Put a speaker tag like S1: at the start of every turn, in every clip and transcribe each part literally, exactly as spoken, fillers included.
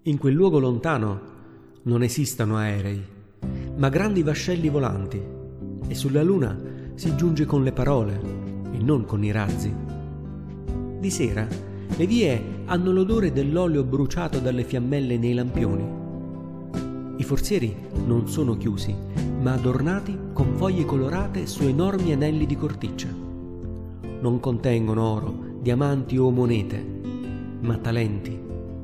S1: In quel luogo lontano non esistono aerei, ma grandi vascelli volanti, e sulla luna si giunge con le parole e non con i razzi. Di sera le vie hanno l'odore dell'olio bruciato dalle fiammelle nei lampioni. I forzieri non sono chiusi, ma adornati con foglie colorate su enormi anelli di corticcia. Non contengono oro, diamanti o monete, ma talenti.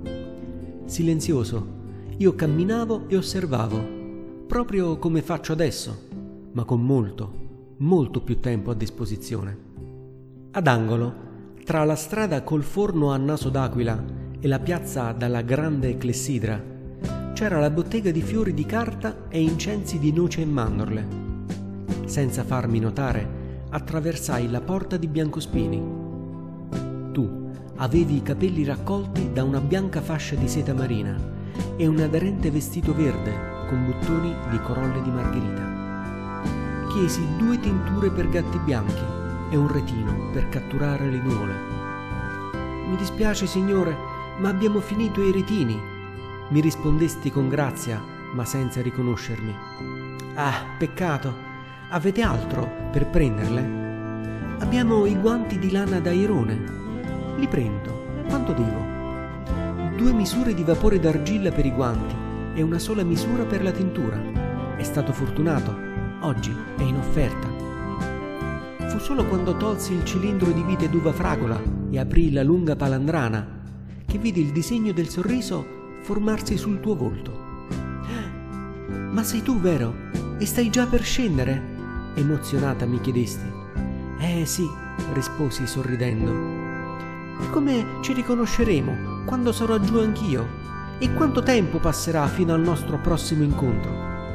S1: Silenzioso, io camminavo e osservavo, proprio come faccio adesso, ma con molto, molto più tempo a disposizione. Ad angolo, tra la strada col forno a naso d'aquila e la piazza dalla grande clessidra, c'era la bottega di fiori di carta e incensi di noce e mandorle. Senza farmi notare, attraversai la porta di Biancospini. Tu avevi i capelli raccolti da una bianca fascia di seta marina e un aderente vestito verde con bottoni di corolle di margherita. Chiesi due tinture per gatti bianchi e un retino per catturare le nuvole. «Mi dispiace, signore, ma abbiamo finito i retini», mi rispondesti con grazia, ma senza riconoscermi. «Ah, peccato! Avete altro per prenderle?» «Abbiamo i guanti di lana d'airone. Li prendo. Quanto devo?» «Due misure di vapore d'argilla per i guanti e una sola misura per la tintura. È stato fortunato. Oggi è in offerta». Fu solo quando tolsi il cilindro di vite d'uva fragola e aprì la lunga palandrana che vidi il disegno del sorriso formarsi sul tuo volto. «Ma sei tu, vero? E stai già per scendere?» Emozionata mi chiedesti. «Eh sì», risposi sorridendo. «E come ci riconosceremo quando sarò giù anch'io? E quanto tempo passerà fino al nostro prossimo incontro?»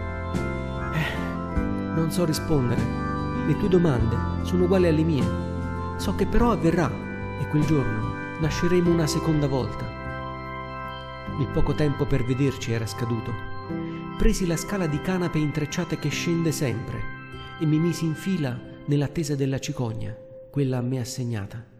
S1: Eh, non so rispondere. Le tue domande sono uguali alle mie. So che però avverrà e quel giorno nasceremo una seconda volta. Il poco tempo per vederci era scaduto. Presi la scala di canape intrecciate che scende sempre e mi misi in fila nell'attesa della cicogna, quella a me assegnata.